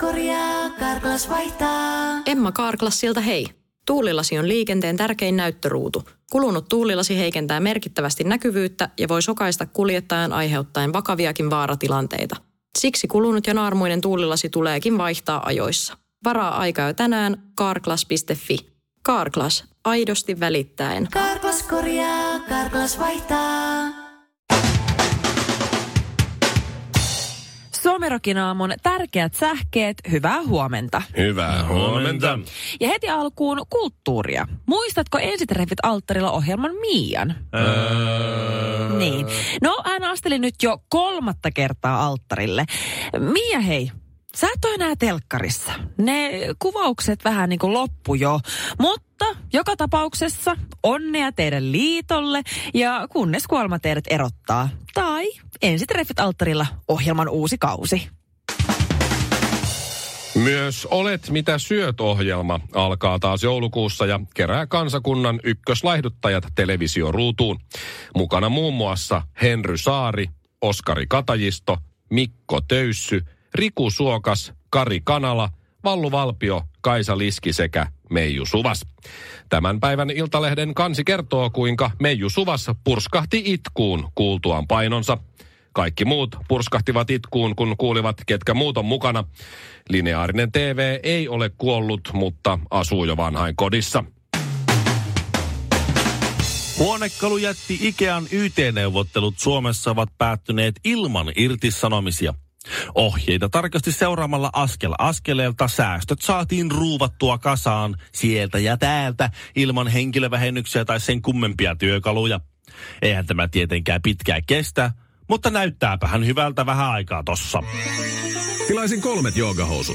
korjaa, Carglass vaihtaa. Emma Carglassilta hei. Tuulilasi on liikenteen tärkein näyttöruutu. Kulunut tuulilasi heikentää merkittävästi näkyvyyttä ja voi sokaista kuljettajan aiheuttaen vakaviakin vaaratilanteita. Siksi kulunut ja naarmuinen tuulilasi tuleekin vaihtaa ajoissa. Varaa aikaa jo tänään carglass.fi. Carglass, aidosti välittäen. Carglass korjaa, Carglass vaihtaa. Suomirokin aamun tärkeät sähkeet, hyvää huomenta. Hyvää huomenta. Ja heti alkuun kulttuuria. Muistatko Ensitreffit alttarilla ohjelman Miian? Niin. No, hän asteli nyt jo 3. kertaa alttarille. Miia, hei. Sä et ole enää telkkarissa. Ne kuvaukset vähän niin kuin loppu jo. Mutta joka tapauksessa onnea teidän liitolle ja kunnes kuolema teidät erottaa. Tai Ensitreffit alttarilla ohjelman uusi kausi. Myös Olet mitä syöt -ohjelma alkaa taas joulukuussa ja kerää kansakunnan ykköslaihduttajat televisioruutuun. Mukana muun muassa Henry Saari, Oskari Katajisto, Mikko Töyssy, Riku Suokas, Kari Kanala, Vallu Valpio, Kaisa Liski sekä Meiju Suvas. Tämän päivän Iltalehden kansi kertoo, kuinka Meiju Suvas purskahti itkuun kuultuaan painonsa. Kaikki muut purskahtivat itkuun, kun kuulivat, ketkä muut on mukana. Lineaarinen TV ei ole kuollut, mutta asuu jo vanhainkodissa. Huonekalujätti Ikean YT-neuvottelut Suomessa ovat päättyneet ilman irtisanomisia. Ohjeita tarkasti seuraamalla askel askeleelta säästöt saatiin ruuvattua kasaan sieltä ja täältä ilman henkilövähennyksiä tai sen kummempia työkaluja. Eihän tämä tietenkään pitkään kestä, mutta näyttääpähän hyvältä vähän aikaa tossa. Tilaisin 3 joogahousut.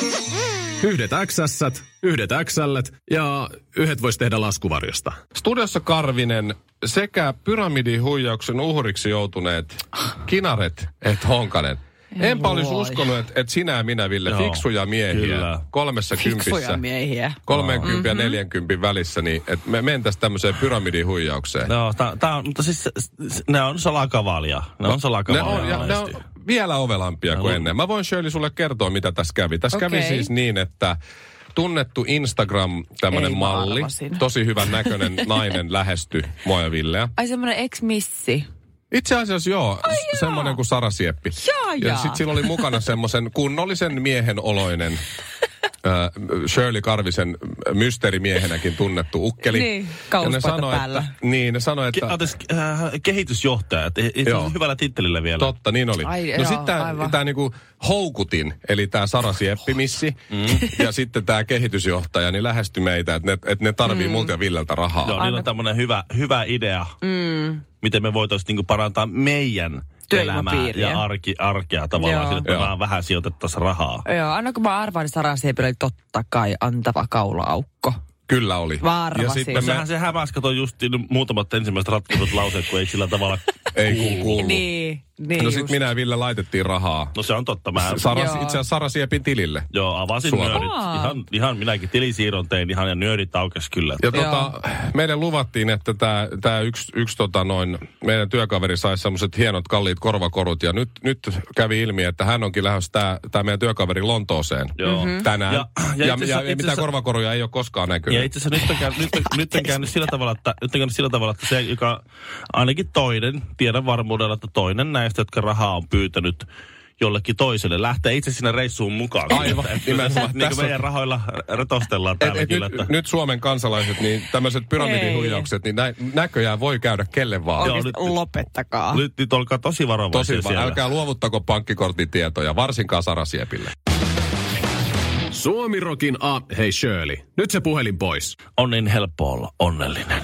1 XS, 1 XL ja 1 voisi tehdä laskuvarjosta. Studiossa Karvinen sekä pyramidihuijauksen uhriksi joutuneet Kinaret et Honkanen. Enpä olisi uskonut, että sinä ja minä, Ville, fiksuja miehiä, kyllä. 30. Fiksuja miehiä. 30 ja 40 välissä, niin että me mentäisiin tämmöiseen pyramidihuijaukseen. No, mutta siis ne on salakavalia. Ne on vielä ovelampia kuin ennen. Mä voin Shirley sulle kertoa, mitä tässä kävi. Tässä kävi siis niin, että tunnettu Instagram, tämmöinen malli, tosi hyvän näköinen nainen lähestyi mua ja Villeä. Ai semmoinen ex-missi. Itse asiassa joo, semmoinen kuin Sara Sieppi. Ja sitten sillä oli mukana semmoisen kunnollisen miehen oloinen Shirley Karvisen mysteerimiehenäkin tunnettu ukkeli. Niin, kauspaita päällä. Ne sanoi, että... Kehitysjohtaja, että hyvällä tittelillä vielä. Totta, niin oli. No sitten tämä niinku houkutin, eli tämä Sara Sieppi-missi, ja sitten tämä kehitysjohtaja, niin lähestyi meitä, että ne tarvii multa ja Villeltä rahaa. Joo, niillä on tämmöinen hyvä idea, miten me voitaisiin niinku parantaa meidän elämää ja arkea tavallaan sille, että me vaan vähän sijoitettaisiin rahaa. Joo, aina kun mä arvaan, niin Sara Siepillä oli totta kai antava kaula-aukko. Kyllä oli. Varmasti. Sehän se hämäs, kato just muutamat ensimmäiset ratkaisut lauseet, kun ei sillä tavalla ei kuulu. Niin, no sit minä ja Ville laitettiin rahaa. No se on totta. Itse asiassa Sara Siepin tilille. Joo, avasin nyörit. Ihan minäkin tilisiirron tein ihan ja nyörit aukesi kyllä. Ja meille luvattiin, että tää yksi meidän työkaveri sai semmoiset hienot kalliit korvakorut. Ja nyt kävi ilmi, että hän onkin lähdössä tää meidän työkaveri Lontooseen tänään. Ja mitään korvakoruja ei ole koskaan näkynyt. Ja itse asiassa nyt on käynyt sillä tavalla, että se, joka ainakin toinen, tiedän varmuudella, että toinen näistä, jotka rahaa on pyytänyt jollekin toiselle, lähtee itse sinne reissuun mukaan. Aivan, nimenomaan. Niin kuin meidän rahoilla retostellaan täälläkin. Nyt Suomen kansalaiset, niin tämmöiset pyramidihuijaukset, niin näköjään voi käydä kelle vaan. Lopettakaa. Nyt olkaa tosi varovaisia siellä. Älkää luovuttako pankkikortin tietoja, varsinkaan Sara Siepille. Suomirokin Hei Shirley, nyt se puhelin pois. On niin helppo olla onnellinen.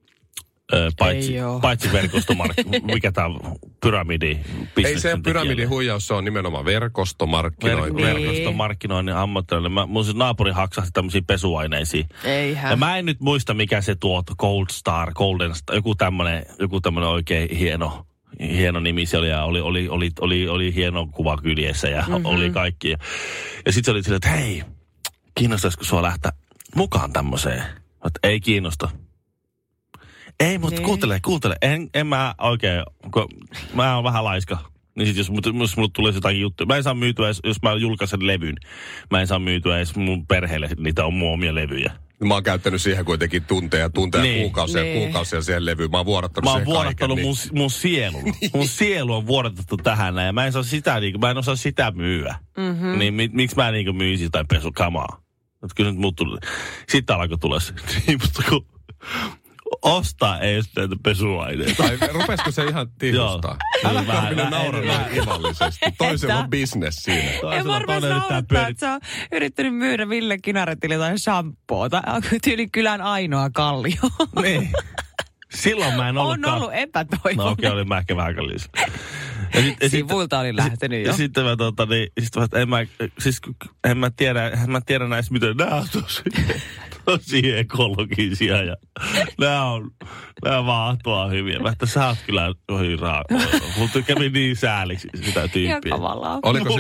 Paitsi mikä tämä pyramidi. Ei se pyramidihuijaus, se on nimenomaan verkostomarkkinointi. Verkostomarkkinoinnin ammattilainen. Mun siis naapuri haksahti tämmöisiin pesuaineisiin. Eihän. Ja mä en nyt muista, mikä se Golden Star, joku tämmönen oikein hieno nimi se oli ja oli hieno kuva kyljessä ja oli kaikki. Ja sit se oli silleen, että hei, kiinnostaisiko sua lähteä mukaan tämmöiseen? Ei kiinnosta. Ei, mutta kuuntele. En mä oikein, mä oon vähän laiska. Niin sit jos mulle tulee jotakin juttuja. Mä en saa myytyä edes, jos mä julkaisen levyn. Mä en saa myytyä edes mun perheelle niitä on mun omia levyjä. Mä oon käyttänyt siihen kuitenkin tunteja, kuukausia siihen levyyn. Mä oon vuodattanut mun sielun. Mun sielu on vuodatettu tähän näin. Ja mä en osaa sitä myyä. Mm-hmm. Niin miksi mä myisin jotain pesukamaa? Kyllä nyt sitten alkoi tulla se. Mutta kun ostaa ees näitä pesuaineita. Tai rupesiko se ihan tihustaa? Älä minä nauran ivallisesti. Toisella on business siinä. En varmaan naurata, että sä oon yrittänyt myydä Ville Kinaretille jotain shampoota. Tyyli kylän ainoa kallio. Niin. Silloin mä en ollutkaan. On ollut epätoivoinen. No okei, oli mä ehkä vähän kallis. Sivuilta oli lähtenyt jo. Ja sitten mä en mä tiedä näistä, miten nämä on tosi ekologisia ja nämä mahtua hyviä. Mä että sä oot kyllä hyvin mutta kävi niin sääliksi sitä tyyppiä. Ja kavalaa.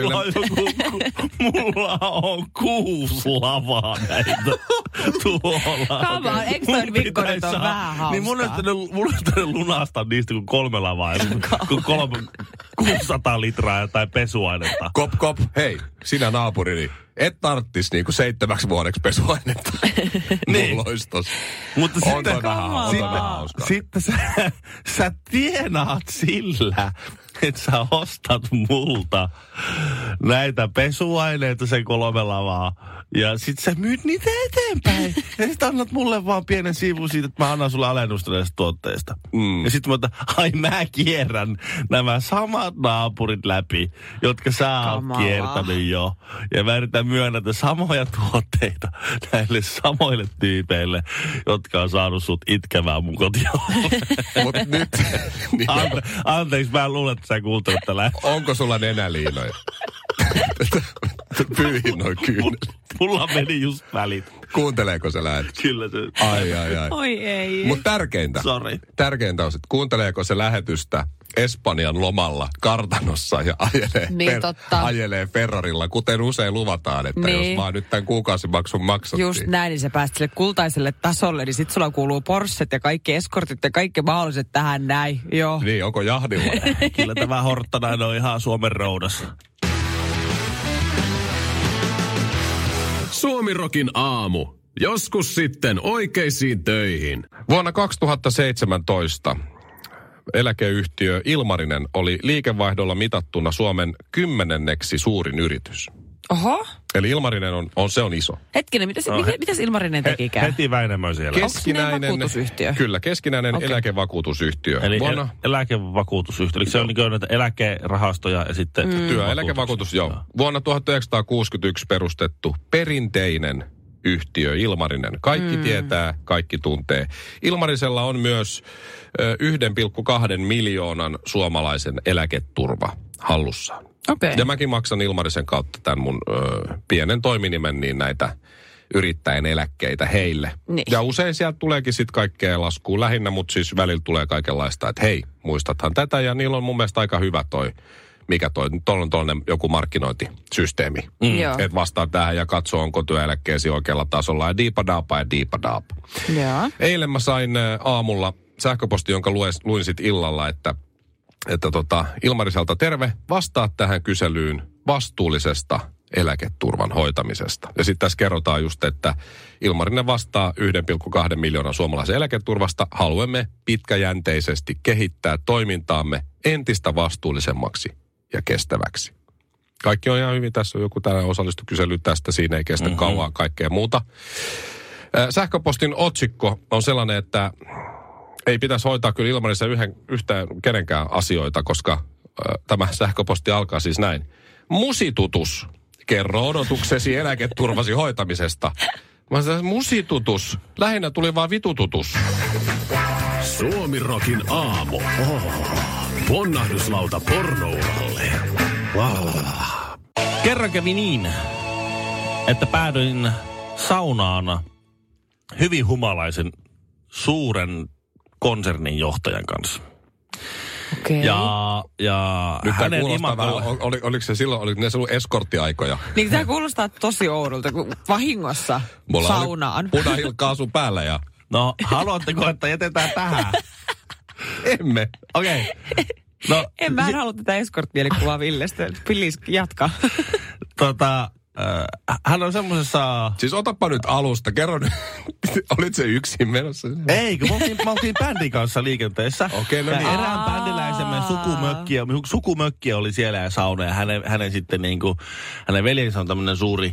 Mulla on 6 lavaa näitä tuolla. Kamaa, eikö toi Mikko nyt on vähän hauskaa? Niin mun on lunastaa niistä kuin 3 lavaa. Kun 600 litraa jotain pesuainetta. Kop, hei, sinä naapurini. Et tarttis niinku 7 vuodeksi pesuainetta. Niin. Loistos. Mutta sitten sitten sä tienaat sillä, että sä ostat multa näitä pesuaineita sen 3 lavaa. Ja sit sä myyt niitä eteenpäin. Ja sit annat mulle vaan pienen sivun siitä, että mä annan sulle alennusta näistä tuotteista. Ja sit mä kierrän nämä samat naapurit läpi, jotka sä oot kiertänyt jo. Ja mä yritän myönnätä samoja tuotteita näille samoille tyypeille, jotka on saanut sut itkemään mun kotiin. Mut nyt... Anteeksi, mä luulen, että sä kuuntelet tällä. Onko sulla nenäliinoja? Pyyhin noin kyynet. Mulla meni just välit. Kuunteleeko se lähetys? Kyllä se. Ai. Oi ei. Mutta tärkeintä on, että kuunteleeko se lähetystä Espanjan lomalla kartanossa ja ajelee Ferrarilla, kuten usein luvataan, että jos vaan nyt tämän kuukausimaksun maksattiin. Just näin, niin sä pääst sille kultaiselle tasolle, niin sit sulla kuuluu Porschet ja kaikki eskortit ja kaikki mahdolliset tähän näin. Joo. Niin, onko jahdilla? Kyllä tämä Horttanainen on ihan Suomen roudassa. Suomirokin aamu. Joskus sitten oikeisiin töihin. Vuonna 2017 eläkeyhtiö Ilmarinen oli liikevaihdolla mitattuna Suomen 10. suurin yritys. Oho. Eli Ilmarinen on iso. Hetkinen, mitäs Ilmarinen tekikään? Heti Väinämö siellä. Keskinäinen vakuutusyhtiö? Kyllä, keskinäinen eläkevakuutusyhtiö. Eli eläkevakuutusyhtiö. Eli se on niin kuin näitä eläkerahastoja ja sitten... Työeläkevakuutus, joo. Vuonna 1961 perustettu perinteinen yhtiö Ilmarinen. Kaikki tietää, kaikki tuntee. Ilmarisella on myös 1,2 miljoonan suomalaisen eläketurva hallussaan. Okay. Ja mäkin maksan Ilmarisen kautta tämän mun pienen toiminimen niin näitä yrittäjän eläkkeitä heille. Niin. Ja usein sieltä tuleekin sitten kaikkea laskuun lähinnä, mutta siis välillä tulee kaikenlaista, että hei, muistathan tätä ja niillä on mun mielestä aika hyvä tuolla on toinen joku markkinointisysteemi. Että vastaa tähän ja katsoo, onko työeläkkeesi oikealla tasolla ja diipadaapa. Ja. Eilen mä sain aamulla sähköposti, jonka luin sit illalla, että Ilmariselta terve, vastaa tähän kyselyyn vastuullisesta eläketurvan hoitamisesta. Ja sitten tässä kerrotaan just, että Ilmarinen vastaa 1,2 miljoonan suomalaisen eläketurvasta. Haluamme pitkäjänteisesti kehittää toimintaamme entistä vastuullisemmaksi ja kestäväksi. Kaikki on ihan hyvin. Tässä on joku tällainen osallistokysely tästä. Siinä ei kestä kauan kaikkea muuta. Sähköpostin otsikko on sellainen, että ei pitäisi hoitaa kyllä Ilmarissa yhtään kenenkään asioita, koska tämä sähköposti alkaa siis näin. Musitutus. Kerro odotuksesi eläketurvasi hoitamisesta. Mä sanoin, musitutus. Lähinnä tuli vaan vitututus. Suomirokin aamu. Ponnahduslauta pornouralle. Kerran kävi niin, että päädyin saunaan hyvin humalaisen suuren konsernin johtajan kanssa. Okay. Ja nyt hänen oliko se silloin, oliko ne ollut eskorttiaikoja? Niin tämä kuulostaa tosi oudolta, kun vahingossa mulla saunaan. Oli punahilkaasu päällä ja... No, haluatteko, että jätetään tähän? Emme. Okei. No, En mä halua tätä escort-mielikuvaa Villestä. Please, jatka. Hän on semmosessa... Siis otapa nyt alusta, kerro nyt, olit se yksin menossa? Ei, kun me oltiin bändin kanssa liikenteessä. Okei, no niin. Erään bändiläisemme sukumökkiä oli siellä ja sauna ja hänen sitten niinku, hänen veljensä on tämmönen suuri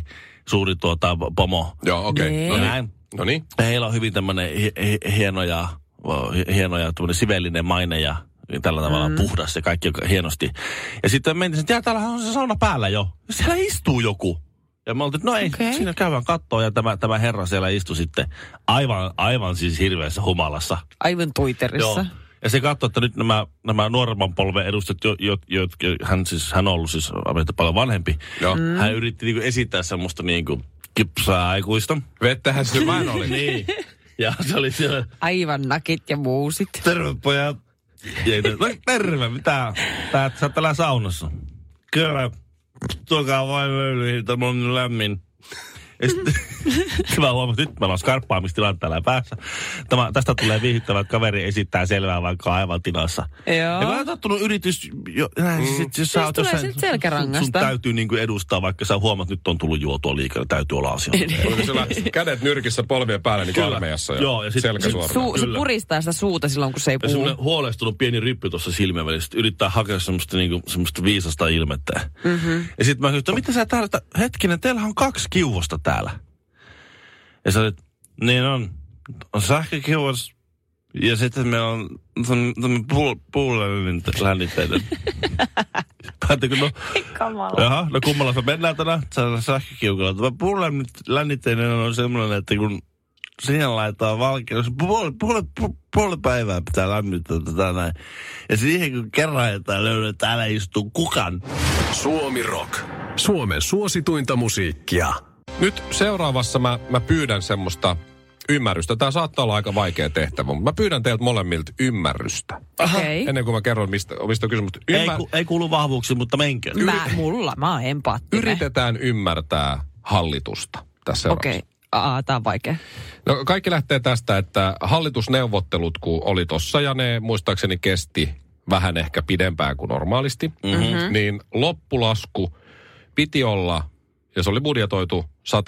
pomo. Joo, okei. Nee. No niin. Näin. No niin. Heillä on hyvin tämmönen hieno ja tämmönen sivellinen maine ja tällä tavalla puhdas ja kaikki hienosti. Ja sitten mentiin, että täällähän on se sauna päällä jo. Siellä istuu joku. Ja me oltiin, no ei, siinä käydään kattoon ja tämä herra siellä istui sitten aivan siis hirveässä humalassa. Aivan tuiterissa. Joo. Ja se katsoi, että nyt nämä nuoremman polven edustajat, hän on ollut siis paljon vanhempi. Joo. Hän yritti niinku esittää semmoista niinku kypsää aikuista. Vettähän se vain oli. Niin. Ja se oli siellä, Aivan nakit ja muusit. terve pojat. No terve, mitä? Sä oot täällä saunassa. Kyllä, tuokaa vain möylyihin, että mulla on lämmin. Ja sitten mä huomasin, että nyt meillä on skarppaamistilanne täällä päässä. Tästä tulee viihdyttävä, että kaveri esittää selvää, vaikka aivan tilassa. Joo. Ja mä oon tottunut yritys, jos sä oot tulee jossain, sit selkärangasta. sun täytyy niinku edustaa, vaikka sä huomaat, että nyt on tullut juotua liikaa, täytyy olla asia. Oliko sillä kädet nyrkissä polvien päällä niin kuin armeijassa ja Joo, ja sit- selkä suorana? Se puristaa sitä suuta silloin, kun se ei Ja puhu. semmoinen huolestunut pieni ryppy tuossa silmien välissä, yrittää hakea semmoista viisasta ilmettä. Mm-hmm. Ja sitten mä kysyin, mitä sä täällä, hetkinen, teillähän on 2 kiuosta täällä. Ja sä olit, niin on sähkökiuos ja sitten meillä on puulännitteitä. Päättikö, no, Kamala. jaha, no kummalla me mennään tänään sähkökiukolla. Tämä puulännitteinen on semmoinen, että kun siihen laitetaan valkeus, puoli päivää pitää lämmittää tätä näin. Ja siihen kun kerran ajetaan löydä, että täällä istuu kukan. Suomi Rock. Suomen suosituinta musiikkia. Nyt seuraavassa mä pyydän semmoista ymmärrystä. Tämä saattaa olla aika vaikea tehtävä, mutta mä pyydän teiltä molemmilta ymmärrystä. Okei. Ennen kuin mä kerron, mistä on kysymys. Ei kuulu vahvuuksiin, mutta menkö. Mä oon empaattinen. Yritetään ymmärtää hallitusta tässä seuraavassa. Okei. Tää on vaikea. No, kaikki lähtee tästä, että hallitusneuvottelut, kun oli tossa ja ne muistaakseni kesti vähän ehkä pidempään kuin normaalisti, niin loppulasku piti olla, ja se oli budjetoitu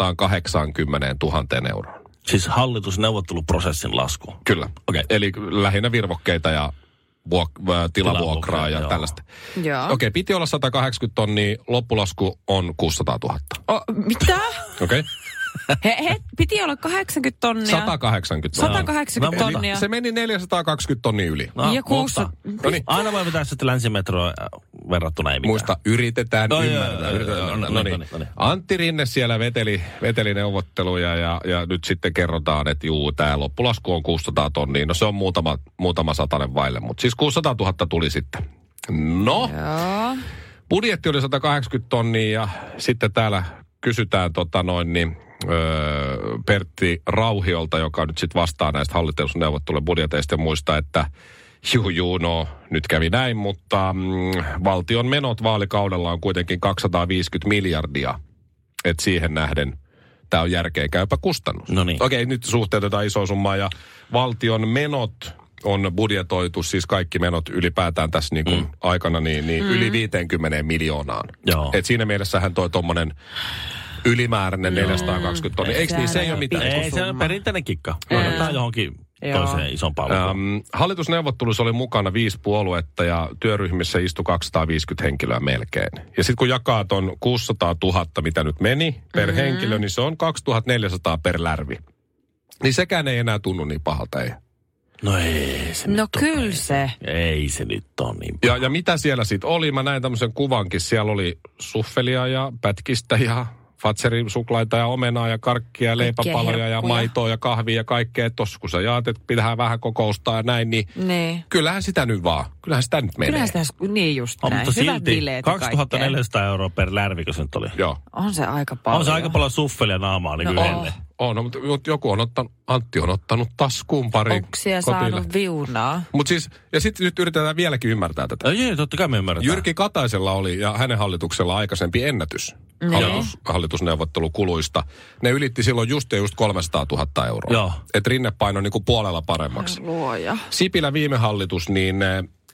180 000 euroon. Siis hallitusneuvotteluprosessin lasku. Kyllä. Okei. Eli lähinnä virvokkeita ja tilavuokraa ja joo. tällaista. Joo. Okei, piti olla 180 tonnia, loppulasku on 600 000. Mitä? Okei? Piti olla 80 tonnia. 180 tonnia. 180 No, tonnia. Se meni 420 tonnia yli. No, Ja 600. No niin. aina voi pitää sitten länsimetroa verrattuna ei mitään. Muista, yritetään No, ymmärtää. joo. No niin. Antti Rinne siellä veteli neuvotteluja ja nyt sitten kerrotaan, että tämä loppulasku on 600 tonnia. No se on muutama satanen vaille, mutta siis 600 000 tuli sitten. No, Joo. budjetti oli 180 tonnia ja sitten täällä kysytään Pertti Rauhiolta, joka nyt sitten vastaa näistä hallitusneuvottelujen budjeteista ja muista, että no nyt kävi näin, mutta valtion menot vaalikaudella on kuitenkin 250 miljardia. Että siihen nähden tämä on järkeenkäypä kustannus. No niin. Okei, nyt suhteutetaan iso summaa ja valtion menot on budjetoitu, siis kaikki menot ylipäätään tässä niin kuin aikana yli 50 miljoonaan. Joo. Et siinä mielessähän toi tommonen ylimääräinen 420 tonnia. Eikö niin? Se ei ole mitään. Ei, se on perinteinen kikka. Laitetaan johonkin toiseen isompaan lukuun. Hallitusneuvottelussa oli mukana 5 puoluetta ja työryhmissä istui 250 henkilöä melkein. Ja sitten kun jakaa ton 600 000, mitä nyt meni per henkilö, niin se on 2400 per lärvi. Niin sekään ei enää tunnu niin pahalta, ei. No ei se No nyt kyllä ole. se. Ei se nyt ole niin paha. Ja mitä siellä sitten oli? Mä näin tämmöisen kuvankin. Siellä oli suffelia ja pätkistä ja Fatserin suklaita ja omenaa ja karkkia ja leipäpaloja ja maitoa ja kahvia ja kaikkea. Tossa kun sä jaat, että pitää vähän kokoustaa ja näin, niin kyllähän sitä nyt vaan. Kyllähän sitä nyt menee. Kyllähän sitä, niin just näin. Mutta Hyvät silti bileet ja 2400 euroa per lärvikö se nyt oli. Joo. On se aika paljon. On se aika paljon suffelia naamaa niin kuin yhdelle. No, mutta joku on ottanut, Antti on ottanut taskuun pari Oksia saanut viunaa. Mutta siis, ja sitten nyt yritetään vieläkin ymmärtää tätä. Ei, totta kai me ymmärretään. Jyrki Kataisella oli ja hänen hallituksella aikaisempi ennätys hallitusneuvottelukuluista. Ne ylitti silloin just 300 000 euroa. Joo. Et Rinne painoi niinku puolella paremmaksi. Luoja. Sipilä viime hallitus, niin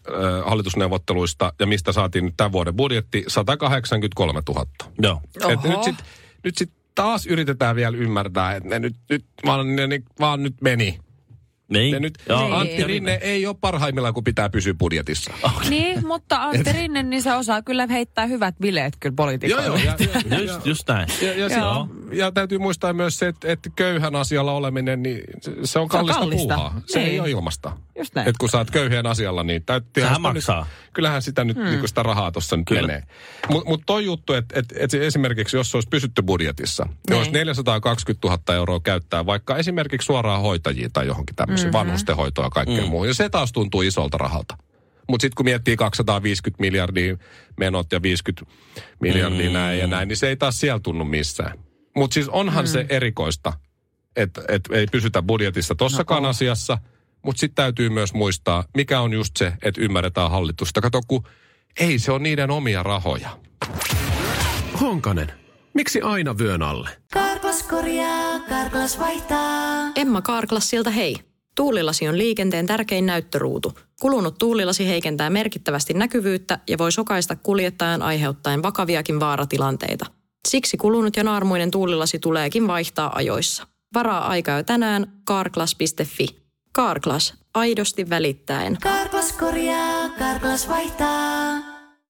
hallitusneuvotteluista ja mistä saatiin nyt tämän vuoden budjetti, 183 000. Joo. Nyt sit taas yritetään vielä ymmärtää, että ne nyt vaan nyt meni. Niin. Ja nyt Antti Rinne ei ole parhaimmillaan, kun pitää pysyä budjetissa. Niin, mutta Antti Rinne, niin se osaa kyllä heittää hyvät bileet kyllä poliitikoille. Joo. Just näin. Ja täytyy muistaa myös se, että köyhän asialla oleminen, niin se on kallista puuhaa. Se ei ole ilmasta. Just näin. Että kun sä oot köyhien asialla, niin sehän maksaa. Kyllähän sitä nyt niin sitä rahaa tuossa nyt menee. Mutta toi juttu, että esimerkiksi jos se olisi pysytty budjetissa, niin olisi 420 000 euroa käyttää vaikka esimerkiksi suoraan hoitajiin tai johonkin tämmöisiin vanhustenhoitoon ja kaikkeen muuhun. Ja se taas tuntuu isolta rahalta. Mutta sitten kun miettii 250 miljardia menot ja 50 miljardia näin ja näin, niin se ei taas siellä tunnu missään. Mutta siis onhan se erikoista, että ei pysytä budjetissa tossakaan asiassa, mutta sitten täytyy myös muistaa, mikä on just se, että ymmärretään hallitusta. Kato, kun ei se ole niiden omia rahoja. Honkanen, miksi aina vyön alle? Karklas korjaa, Karklas vaihtaa. Emma Karklassilta hei. Tuulilasi on liikenteen tärkein näyttöruutu. Kulunut tuulilasi heikentää merkittävästi näkyvyyttä ja voi sokaista kuljettajan aiheuttaen vakaviakin vaaratilanteita. Siksi kulunut ja naarmuinen tuulilasi tuleekin vaihtaa ajoissa. Varaa aikaa jo tänään karklas.fi. Karklas, aidosti välittäen. Karklas korjaa, Karklas vaihtaa.